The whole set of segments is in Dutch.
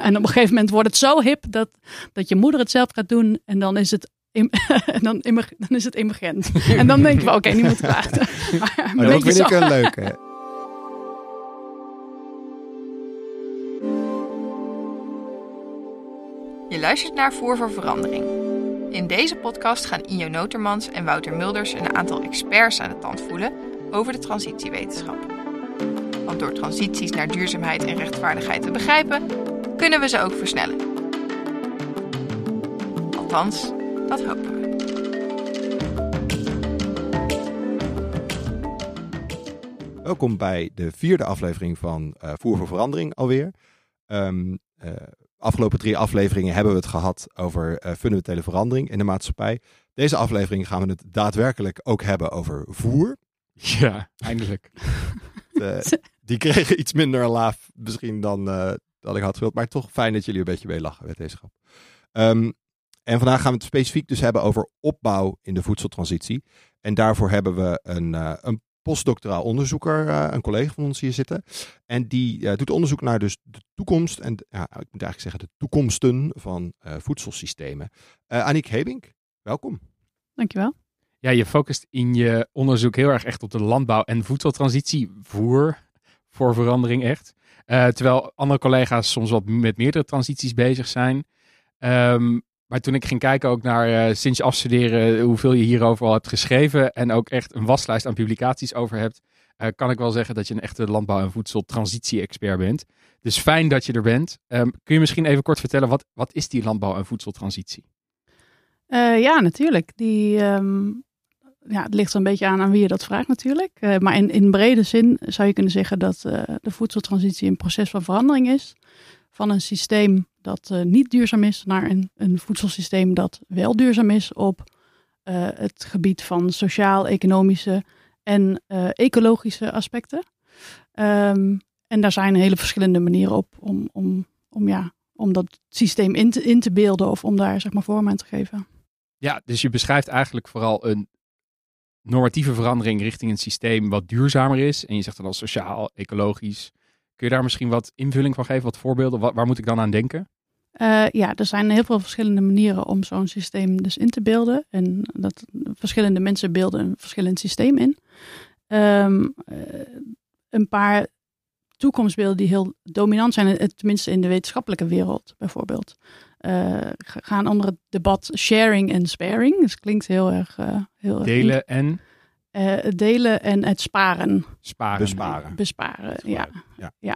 En op een gegeven moment wordt het zo hip dat je moeder het zelf gaat doen. En dan is het dan is het immigrant. En dan denken we, oké, nu moet ik wachten. Maar dat vind ik een leuke. Je luistert naar Voer voor Verandering. In deze podcast gaan Injo Notermans en Wouter Mulders een aantal experts aan de tand voelen over de transitiewetenschap. Want door transities naar duurzaamheid en rechtvaardigheid te begrijpen, kunnen we ze ook versnellen. Althans, dat hopen we. Welkom bij de 4e aflevering van Voer voor Verandering alweer. Afgelopen 3 afleveringen hebben we het gehad over fundamentele verandering in de maatschappij. Deze aflevering gaan we het daadwerkelijk ook hebben over voer. Ja, eindelijk. Die kregen iets minder laaf misschien dan ik had gewild. Maar toch fijn dat jullie een beetje meelachen met deze grap. En vandaag gaan we het specifiek dus hebben over opbouw in de voedseltransitie. En daarvoor hebben we een postdoctoraal onderzoeker, een collega van ons hier zitten. En die doet onderzoek naar dus de toekomst en ik moet eigenlijk zeggen de toekomsten van voedselsystemen. Aniek Hebink, welkom. Dankjewel. Ja, je focust in je onderzoek heel erg echt op de landbouw en voedseltransitie. Voer voor verandering echt. Terwijl andere collega's soms wat met meerdere transities bezig zijn. Maar toen ik ging kijken ook naar sinds je afstuderen hoeveel je hierover al hebt geschreven en ook echt een waslijst aan publicaties over hebt, kan ik wel zeggen dat je een echte landbouw- en voedseltransitie-expert bent. Dus fijn dat je er bent. Kun je misschien even kort vertellen, wat is die landbouw- en voedseltransitie? Ja, natuurlijk. Het ligt er een beetje aan wie je dat vraagt natuurlijk. Maar in brede zin zou je kunnen zeggen dat de voedseltransitie een proces van verandering is. Van een systeem dat niet duurzaam is naar een voedselsysteem dat wel duurzaam is op het gebied van sociaal-economische en ecologische aspecten. En daar zijn hele verschillende manieren op om dat systeem in te beelden of om daar zeg maar vorm aan te geven. Ja, dus je beschrijft eigenlijk vooral een normatieve verandering richting een systeem wat duurzamer is. En je zegt dan al sociaal, ecologisch. Kun je daar misschien wat invulling van geven, wat voorbeelden? Waar moet ik dan aan denken? Er zijn heel veel verschillende manieren om zo'n systeem dus in te beelden. En dat verschillende mensen beelden een verschillend systeem in. Een paar toekomstbeelden die heel dominant zijn, tenminste in de wetenschappelijke wereld bijvoorbeeld, gaan onder het debat sharing en sparing. Dus klinkt heel erg... Delen en? Het delen en het sparen. Besparen, ja.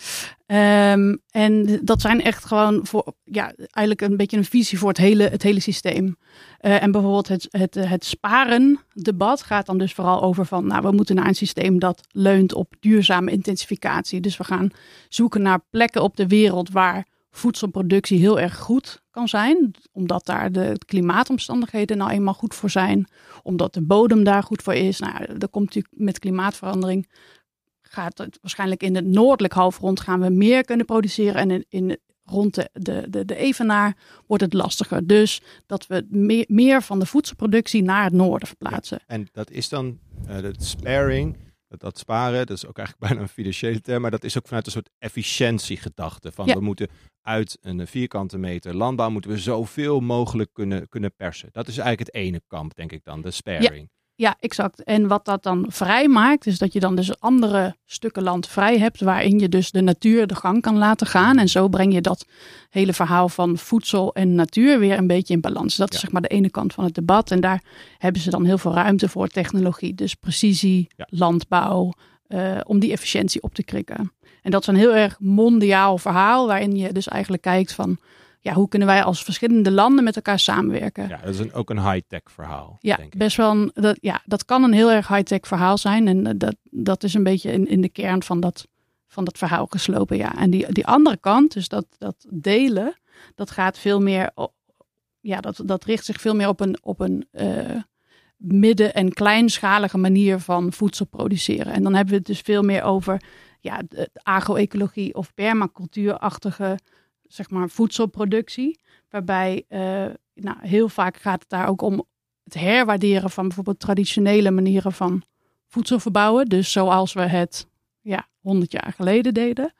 En dat zijn echt gewoon eigenlijk een beetje een visie voor het hele systeem. En bijvoorbeeld het sparen debat gaat dan dus vooral over van, we moeten naar een systeem dat leunt op duurzame intensificatie. Dus we gaan zoeken naar plekken op de wereld waar voedselproductie heel erg goed kan zijn. Omdat daar de klimaatomstandigheden nou eenmaal goed voor zijn. Omdat de bodem daar goed voor is. Dat komt natuurlijk met klimaatverandering. Gaat het waarschijnlijk in het noordelijk halfrond gaan we meer kunnen produceren. En rond de evenaar wordt het lastiger. Dus dat we meer van de voedselproductie naar het noorden verplaatsen. Ja, en dat is dan het sparing. Dat sparen, dat is ook eigenlijk bijna een financiële term, maar dat is ook vanuit een soort efficiëntiegedachte. We moeten uit een vierkante meter landbouw moeten we zoveel mogelijk kunnen persen. Dat is eigenlijk het ene kamp, denk ik dan, de sparing. Ja, exact. En wat dat dan vrij maakt, is dat je dan dus andere stukken land vrij hebt, waarin je dus de natuur de gang kan laten gaan. En zo breng je dat hele verhaal van voedsel en natuur weer een beetje in balans. Dat is zeg maar de ene kant van het debat. En daar hebben ze dan heel veel ruimte voor technologie. Dus precisie, landbouw, om die efficiëntie op te krikken. En dat is een heel erg mondiaal verhaal, waarin je dus eigenlijk kijkt van, hoe kunnen wij als verschillende landen met elkaar samenwerken? Ja, dat is ook een high-tech verhaal. Ja, denk ik. best wel. Dat kan een heel erg high-tech verhaal zijn. En dat is een beetje in de kern van dat verhaal geslopen. Ja. En die andere kant, dus dat delen, dat gaat veel meer. Dat richt zich veel meer op een midden- en kleinschalige manier van voedsel produceren. En dan hebben we het dus veel meer over de agroecologie of permacultuurachtige zeg maar voedselproductie, waarbij heel vaak gaat het daar ook om het herwaarderen van bijvoorbeeld traditionele manieren van voedsel verbouwen. Dus zoals we het 100 jaar geleden deden.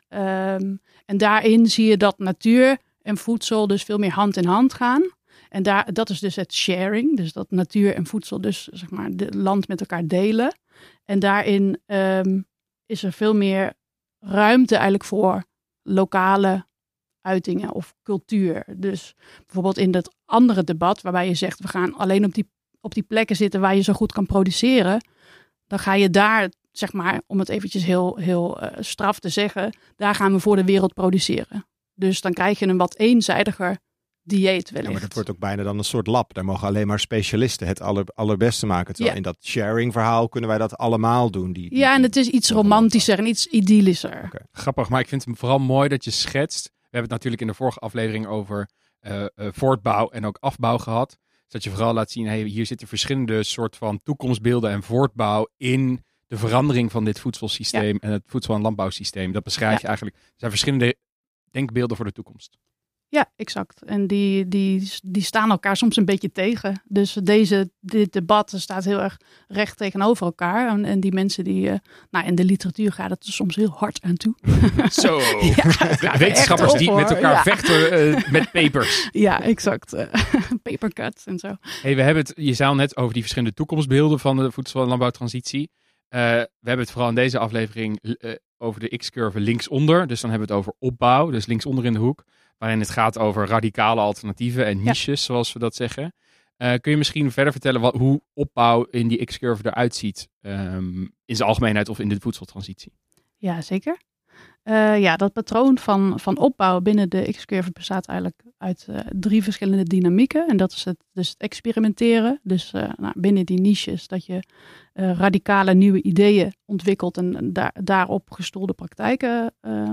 En daarin zie je dat natuur en voedsel dus veel meer hand in hand gaan. En dat is dus het sharing. Dus dat natuur en voedsel dus zeg maar het land met elkaar delen. En daarin is er veel meer ruimte eigenlijk voor lokale uitingen of cultuur. Dus bijvoorbeeld in dat andere debat waarbij je zegt we gaan alleen op die plekken zitten waar je zo goed kan produceren. Dan ga je daar, zeg maar, om het eventjes heel straf te zeggen, daar gaan we voor de wereld produceren. Dus dan krijg je een wat eenzijdiger dieet wellicht. Ja, maar dat wordt ook bijna dan een soort lab. Daar mogen alleen maar specialisten het allerbeste maken. Terwijl in dat sharing verhaal kunnen wij dat allemaal doen. En het is iets romantischer en iets idyllischer. Okay. Grappig, maar ik vind het vooral mooi dat je schetst. We hebben het natuurlijk in de vorige aflevering over voortbouw en ook afbouw gehad. Dus dat je vooral laat zien, hier zitten verschillende soort van toekomstbeelden en voortbouw in de verandering van dit voedselsysteem en het voedsel- en landbouwsysteem. Dat beschrijf je eigenlijk. Er zijn verschillende denkbeelden voor de toekomst. Ja, exact. En die staan elkaar soms een beetje tegen. Dus dit debat staat heel erg recht tegenover elkaar. En die mensen in de literatuur gaat het soms heel hard aan toe. Zo, wetenschappers die met elkaar vechten met papers. Ja, exact. Papercut en zo. Je zei al net over die verschillende toekomstbeelden van de voedsel- en landbouwtransitie. We hebben het vooral in deze aflevering over de X-curve linksonder. Dus dan hebben we het over opbouw, dus linksonder in de hoek. Waarin het gaat over radicale alternatieven en niches, zoals we dat zeggen. Kun je misschien verder vertellen hoe opbouw in die X-curve eruit ziet? In zijn algemeenheid of in de voedseltransitie? Ja, zeker. Dat patroon van opbouw binnen de X-curve bestaat eigenlijk uit 3 verschillende dynamieken. En dat is het experimenteren. Dus binnen die niches dat je radicale nieuwe ideeën ontwikkelt en daarop gestoelde praktijken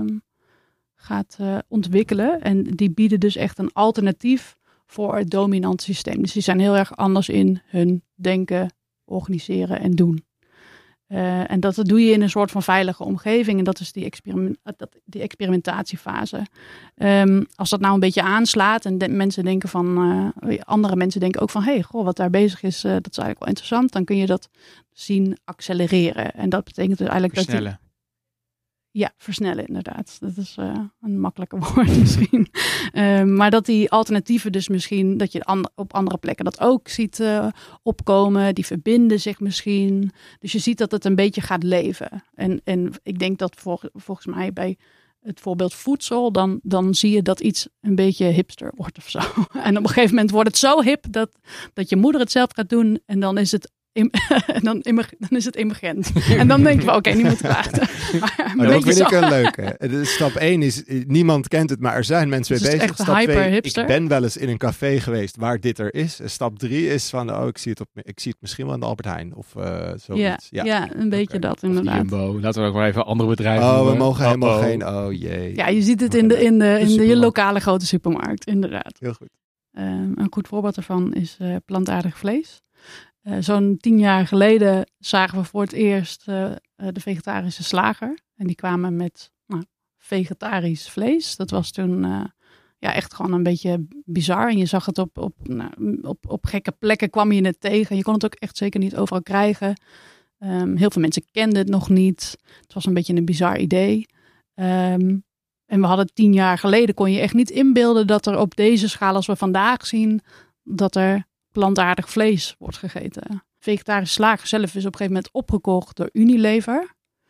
gaat ontwikkelen. En die bieden dus echt een alternatief voor het dominante systeem. Dus die zijn heel erg anders in hun denken, organiseren en doen. En dat doe je in een soort van veilige omgeving. En dat is die experimentatiefase. Als dat nou een beetje aanslaat en mensen denken andere mensen denken ook van wat daar bezig is, dat is eigenlijk wel interessant. Dan kun je dat zien accelereren. En dat betekent dus eigenlijk versnellen. Versnellen inderdaad. Dat is een makkelijker woord misschien. Maar dat die alternatieven dus misschien, dat je op andere plekken dat ook ziet opkomen. Die verbinden zich misschien. Dus je ziet dat het een beetje gaat leven. En ik denk dat volgens mij bij het voorbeeld voedsel, dan zie je dat iets een beetje hipster wordt of zo. En op een gegeven moment wordt het zo hip dat je moeder het zelf gaat doen en dan is het dan is het emergent. En dan denken we, oké, nu moet ik wachten. Maar dat vind ik een leuke. Stap 1 is, niemand kent het, maar er zijn mensen mee bezig. Stap 2, ik ben wel eens in een café geweest waar dit er is. En stap 3 is van, ik zie het misschien wel in de Albert Heijn. Of zoiets. Ja, een beetje dat inderdaad. Jumbo. Laten we ook maar even andere bedrijven noemen. We mogen helemaal geen, jee. Ja, je ziet het in de lokale grote supermarkt, inderdaad. Heel goed. Een goed voorbeeld daarvan is plantaardig vlees. Zo'n 10 jaar geleden zagen we voor het eerst de vegetarische slager. En die kwamen met vegetarisch vlees. Dat was toen echt gewoon een beetje bizar. En je zag het op gekke plekken kwam je het tegen. Je kon het ook echt zeker niet overal krijgen. Heel veel mensen kenden het nog niet. Het was een beetje een bizar idee. En we hadden 10 jaar geleden, kon je echt niet inbeelden dat er op deze schaal als we vandaag zien, dat er plantaardig vlees wordt gegeten. Vegetarische slager zelf is op een gegeven moment opgekocht door Unilever.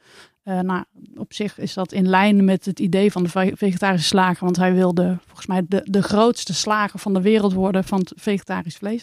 Op zich is dat in lijn met het idee van de vegetarische slager. Want hij wilde volgens mij de grootste slager van de wereld worden van het vegetarisch vlees.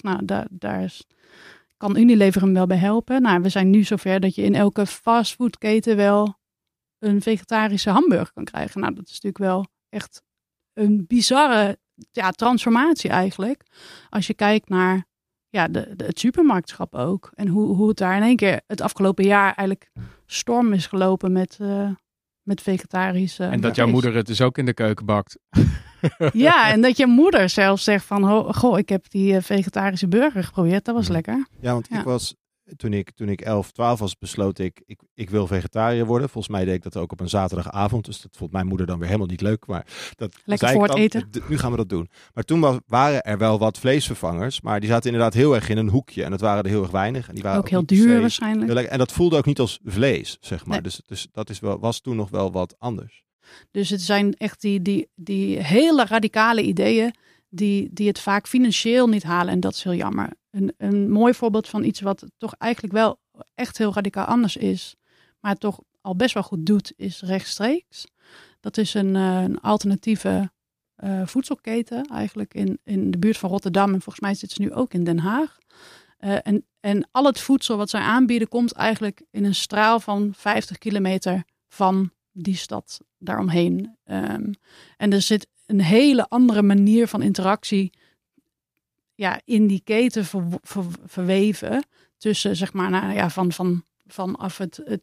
Kan Unilever hem wel bij helpen. We zijn nu zover dat je in elke fastfoodketen wel een vegetarische hamburger kan krijgen. Dat is natuurlijk wel echt een bizarre transformatie eigenlijk. Als je kijkt naar het supermarktschap ook. En hoe het daar in één keer het afgelopen jaar eigenlijk storm is gelopen met vegetarische. En dat jouw moeder het dus ook in de keuken bakt. Ja, en dat je moeder zelfs zegt van, ik heb die vegetarische burger geprobeerd. Dat was lekker. Ja, want ik was, toen ik 11, 12 was, besloot ik wil vegetariër worden. Volgens mij deed ik dat ook op een zaterdagavond. Dus dat vond mijn moeder dan weer helemaal niet leuk. Maar dat lekker voor het eten. Nu gaan we dat doen. Maar toen waren er wel wat vleesvervangers. Maar die zaten inderdaad heel erg in een hoekje. En dat waren er heel erg weinig. En die waren ook heel duur waarschijnlijk. En dat voelde ook niet als vlees, zeg maar. Nee. Dus dat was toen nog wel wat anders. Dus het zijn echt die hele radicale ideeën die het vaak financieel niet halen. En dat is heel jammer. Een mooi voorbeeld van iets wat toch eigenlijk wel echt heel radicaal anders is, maar het toch al best wel goed doet, is Rechtstreeks. Dat is een alternatieve voedselketen eigenlijk in de buurt van Rotterdam. En volgens mij zitten ze nu ook in Den Haag. En al het voedsel wat zij aanbieden komt eigenlijk in een straal van 50 kilometer van die stad daaromheen. En er zit een hele andere manier van interactie in die keten verweven. Tussen zeg maar vanaf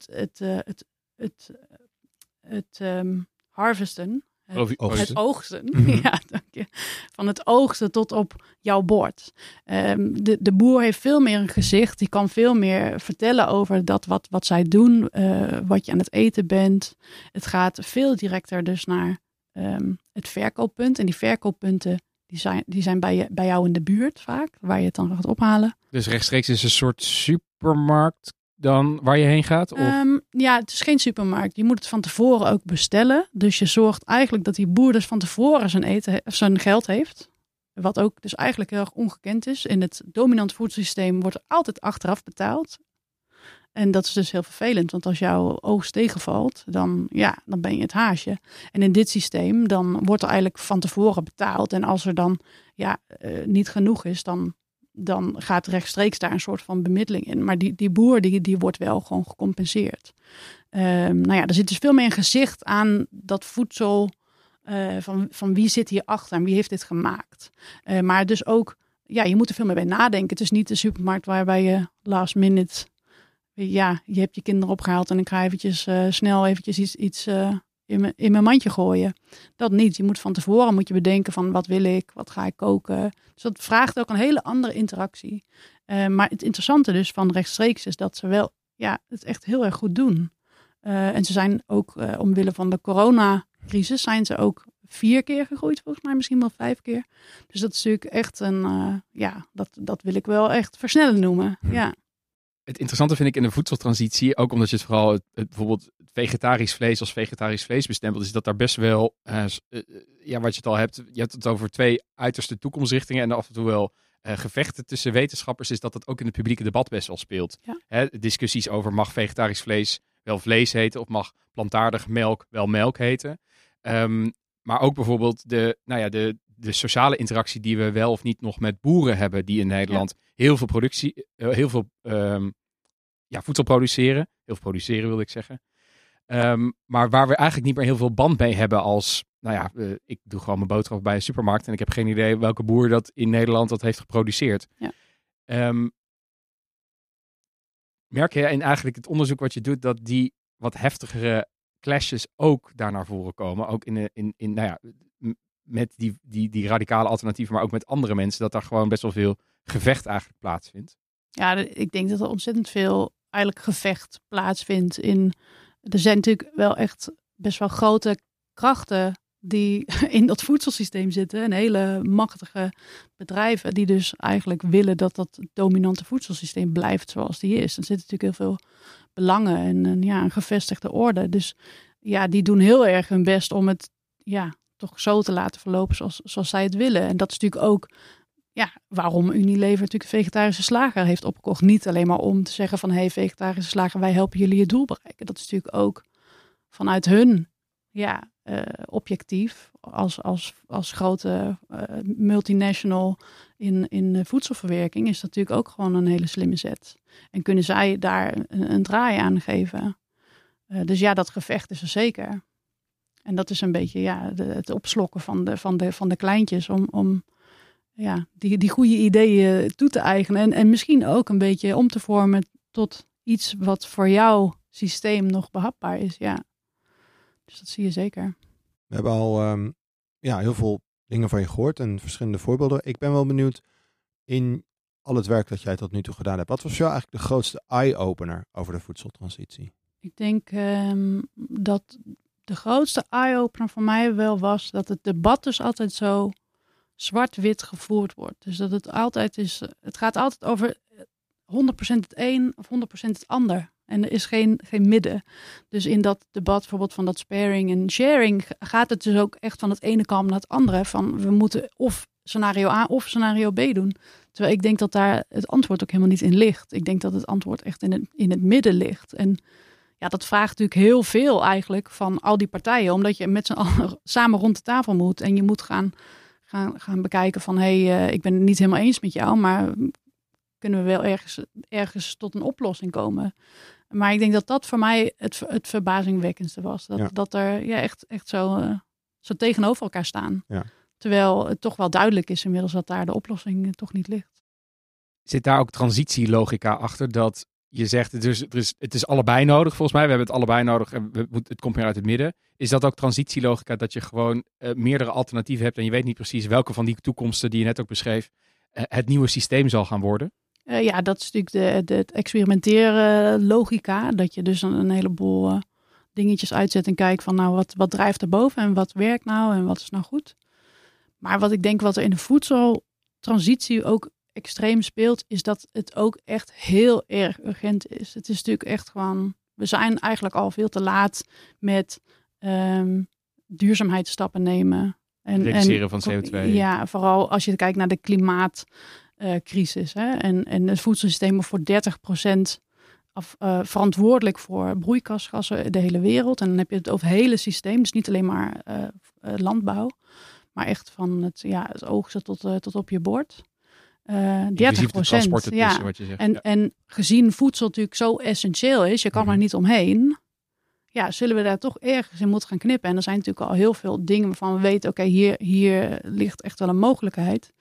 het harvesten. Het oogsten. Mm-hmm. Ja, dank je. Van het oogsten tot op jouw bord. De boer heeft veel meer een gezicht. Die kan veel meer vertellen over dat wat zij doen. Wat je aan het eten bent. Het gaat veel directer dus naar het verkooppunt. En die verkooppunten die zijn bij jou in de buurt vaak. Waar je het dan gaat ophalen. Dus Rechtstreeks is een soort supermarkt dan waar je heen gaat? Of? Het is geen supermarkt. Je moet het van tevoren ook bestellen. Dus je zorgt eigenlijk dat die boer dus van tevoren zijn geld heeft. Wat ook dus eigenlijk heel erg ongekend is. In het dominant voedselsysteem wordt er altijd achteraf betaald. En dat is dus heel vervelend. Want als jouw oogst tegenvalt, dan ben je het haasje. En in dit systeem, dan wordt er eigenlijk van tevoren betaald. En als er dan niet genoeg is, dan gaat Rechtstreeks daar een soort van bemiddeling in. Maar die boer, die wordt wel gewoon gecompenseerd. Er zit dus veel meer een gezicht aan dat voedsel. Van wie zit hier achter en wie heeft dit gemaakt. Maar dus ook, je moet er veel meer bij nadenken. Het is niet de supermarkt waarbij je last minute, je hebt je kinderen opgehaald en dan ga je snel eventjes iets in mijn mandje gooien. Dat niet. Je moet van tevoren bedenken van wat wil ik, wat ga ik koken. Dus dat vraagt ook een hele andere interactie. Maar het interessante dus van Rechtstreeks is dat ze wel het echt heel erg goed doen. En ze zijn ook omwille van de coronacrisis zijn ze ook 4 keer gegroeid, volgens mij misschien wel 5 keer. Dus dat is natuurlijk echt dat wil ik wel echt versnellen noemen. Ja. Het interessante vind ik in de voedseltransitie, ook omdat je het vooral bijvoorbeeld vegetarisch vlees als vegetarisch vlees bestempelt, is dat daar best wel, wat je het al hebt, je hebt het over 2 uiterste toekomstrichtingen en af en toe wel gevechten tussen wetenschappers, is dat het ook in het publieke debat best wel speelt. Ja. Discussies over mag vegetarisch vlees wel vlees heten of mag plantaardige melk wel melk heten. Maar ook bijvoorbeeld de sociale interactie die we wel of niet nog met boeren hebben die in Nederland heel veel voedsel produceren. Heel veel produceren wilde ik zeggen. Maar waar we eigenlijk niet meer heel veel band mee hebben als, ik doe gewoon mijn boodschap bij een supermarkt en ik heb geen idee welke boer dat in Nederland dat heeft geproduceerd. Ja. Merk je in eigenlijk het onderzoek wat je doet dat die wat heftigere clashes ook daar naar voren komen? Ook met die radicale alternatieven, maar ook met andere mensen, dat daar gewoon best wel veel gevecht eigenlijk plaatsvindt. Ja, ik denk dat er ontzettend veel eigenlijk gevecht plaatsvindt. Er zijn natuurlijk wel echt best wel grote krachten die in dat voedselsysteem zitten. En hele machtige bedrijven die dus eigenlijk willen dat dat dominante voedselsysteem blijft zoals die is. Er zitten natuurlijk heel veel belangen en een gevestigde orde. Dus die doen heel erg hun best om het toch zo te laten verlopen zoals zij het willen. En dat is natuurlijk ook waarom Unilever natuurlijk vegetarische slager heeft opgekocht. Niet alleen maar om te zeggen van vegetarische slager, wij helpen jullie je doel bereiken. Dat is natuurlijk ook vanuit hun objectief als grote multinational in voedselverwerking is dat natuurlijk ook gewoon een hele slimme zet. En kunnen zij daar een draai aan geven. Dus dat gevecht is er zeker. En dat is een beetje het opslokken van de kleintjes om die goede ideeën toe te eigenen. En misschien ook een beetje om te vormen tot iets wat voor jouw systeem nog behapbaar is. Ja. Dus dat zie je zeker. We hebben al heel veel dingen van je gehoord en verschillende voorbeelden. Ik ben wel benieuwd in al het werk dat jij tot nu toe gedaan hebt. Wat was jou eigenlijk de grootste eye-opener over de voedseltransitie? Ik denk dat de grootste eye-opener voor mij wel was dat het debat dus altijd zo zwart-wit gevoerd wordt. Dus dat het gaat altijd over 100% het een of 100% het ander. En er is geen midden. Dus in dat debat bijvoorbeeld van dat sparing en sharing gaat het dus ook echt van het ene kamp naar het andere. Van we moeten of scenario A of scenario B doen. Terwijl ik denk dat daar het antwoord ook helemaal niet in ligt. Ik denk dat het antwoord echt in het midden ligt. En ja, dat vraagt natuurlijk heel veel eigenlijk van al die partijen. Omdat je met z'n allen samen rond de tafel moet. En je moet gaan bekijken van ik ben het niet helemaal eens met jou. Maar kunnen we wel ergens tot een oplossing komen. Maar ik denk dat dat voor mij het verbazingwekkendste was. Dat er echt zo tegenover elkaar staan. Ja. Terwijl het toch wel duidelijk is inmiddels dat daar de oplossing toch niet ligt. Zit daar ook transitielogica achter dat je zegt het is allebei nodig volgens mij. We hebben het allebei nodig en het komt meer uit het midden. Is dat ook transitielogica dat je gewoon meerdere alternatieven hebt en je weet niet precies welke van die toekomsten die je net ook beschreef het nieuwe systeem zal gaan worden? Ja, dat is natuurlijk de experimenteren logica. Dat je dus een heleboel dingetjes uitzet en kijkt van nou wat drijft er boven en wat werkt nou en wat is nou goed. Maar wat ik denk wat er in de voedseltransitie ook extreem speelt, is dat het ook echt heel erg urgent is. Het is natuurlijk echt gewoon, we zijn eigenlijk al veel te laat met duurzaamheidsstappen nemen. Reduceren van CO2. Ja, vooral als je kijkt naar de klimaatcrisis. En het voedselsysteem is voor 30% verantwoordelijk voor broeikasgassen in de hele wereld. En dan heb je het over het hele systeem, dus niet alleen maar landbouw. Maar echt van het oogsten tot op je bord. 30%. Ja. Wat je zegt. En gezien voedsel natuurlijk zo essentieel is, je kan er niet omheen. Ja, zullen we daar toch ergens in moeten gaan knippen? En er zijn natuurlijk al heel veel dingen waarvan we weten, oké, hier ligt echt wel een mogelijkheid.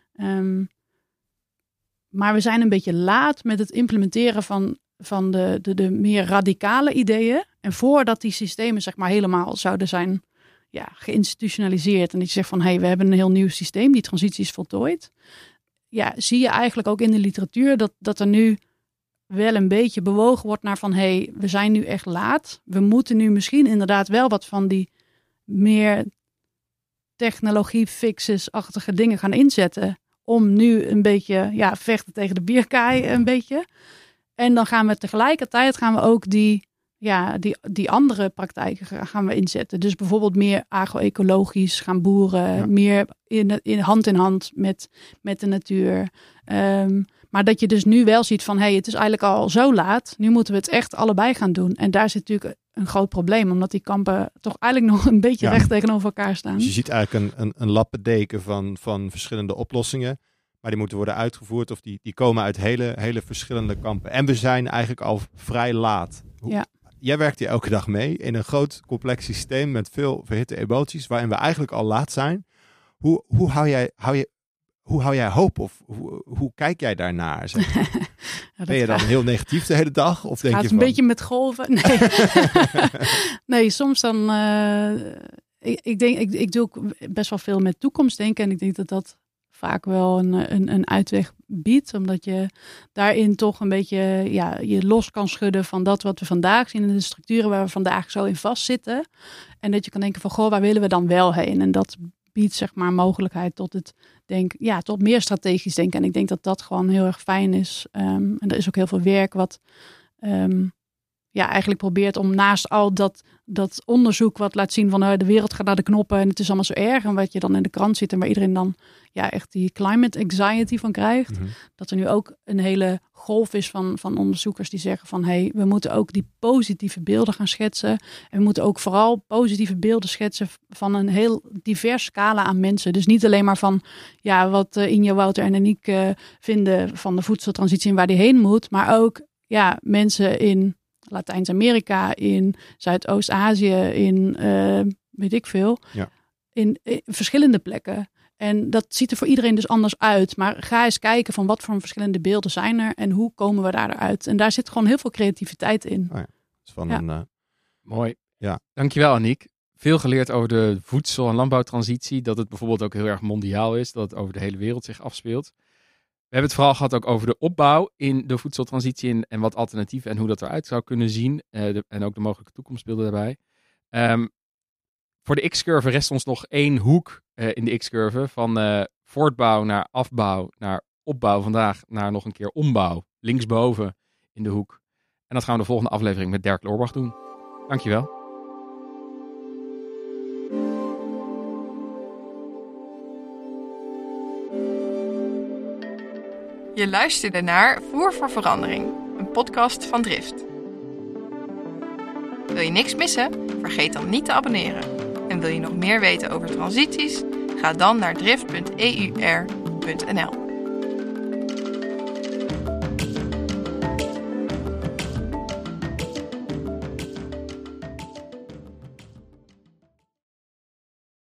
Maar we zijn een beetje laat met het implementeren van de meer radicale ideeën. En voordat die systemen zeg maar helemaal zouden zijn geïnstitutionaliseerd. En dat je zegt van, we hebben een heel nieuw systeem. Die transitie is voltooid. Ja, zie je eigenlijk ook in de literatuur dat er nu wel een beetje bewogen wordt naar van, we zijn nu echt laat. We moeten nu misschien inderdaad wel wat van die meer technologie-fixes-achtige dingen gaan inzetten. Om nu een beetje vechten tegen de bierkaai een beetje. En dan gaan we tegelijkertijd ook die andere praktijken gaan we inzetten. Dus bijvoorbeeld meer agro-ecologisch gaan boeren. Meer in hand met de natuur. Maar dat je dus nu wel ziet van, het is eigenlijk al zo laat. Nu moeten we het echt allebei gaan doen. En daar zit natuurlijk een groot probleem. Omdat die kampen toch eigenlijk nog een beetje recht tegenover elkaar staan. Dus je ziet eigenlijk een lappendeken van verschillende oplossingen. Maar die moeten worden uitgevoerd of die komen uit hele verschillende kampen. En we zijn eigenlijk al vrij laat. Jij werkt hier elke dag mee in een groot complex systeem met veel verhitte emoties, waarin we eigenlijk al laat zijn. Hoe hou jij hoop of hoe kijk jij daarnaar? Zeg maar? Ben je dan heel negatief de hele dag? Of denk gaat je een beetje met golven? Nee, nee soms dan. Ik doe ook best wel veel met toekomstdenken en ik denk dat vaak wel een uitweg biedt. Omdat je daarin toch een beetje je los kan schudden van dat wat we vandaag zien in de structuren waar we vandaag zo in vastzitten. En dat je kan denken van, waar willen we dan wel heen? En dat biedt zeg maar mogelijkheid tot tot meer strategisch denken. En ik denk dat dat gewoon heel erg fijn is. En er is ook heel veel werk wat eigenlijk probeert om naast al dat onderzoek wat laat zien van de wereld gaat naar de knoppen en het is allemaal zo erg. En wat je dan in de krant ziet en waar iedereen dan echt die climate anxiety van krijgt. Mm-hmm. Dat er nu ook een hele golf is van onderzoekers die zeggen van we moeten ook die positieve beelden gaan schetsen. En we moeten ook vooral positieve beelden schetsen van een heel divers scala aan mensen. Dus niet alleen maar van wat Inja, Wouter en Aniek vinden van de voedseltransitie en waar die heen moet. Maar ook mensen in Latijns-Amerika, in Zuidoost-Azië, in weet ik veel. Ja. In verschillende plekken. En dat ziet er voor iedereen dus anders uit. Maar ga eens kijken van wat voor verschillende beelden zijn er en hoe komen we daaruit. En daar zit gewoon heel veel creativiteit in. Oh ja. Mooi. Ja. Dankjewel, Aniek. Veel geleerd over de voedsel- en landbouwtransitie. Dat het bijvoorbeeld ook heel erg mondiaal is. Dat het over de hele wereld zich afspeelt. We hebben het vooral gehad ook over de opbouw in de voedseltransitie en wat alternatieven en hoe dat eruit zou kunnen zien. En ook de mogelijke toekomstbeelden daarbij. Voor de X-curve rest ons nog 1 hoek in de X-curve. Van voortbouw naar afbouw, naar opbouw vandaag, naar nog een keer ombouw. Linksboven in de hoek. En dat gaan we de volgende aflevering met Dirk Loorbach doen. Dankjewel. Je luisterde naar Voer voor Verandering, een podcast van Drift. Wil je niks missen? Vergeet dan niet te abonneren. En wil je nog meer weten over transities? Ga dan naar drift.eur.nl.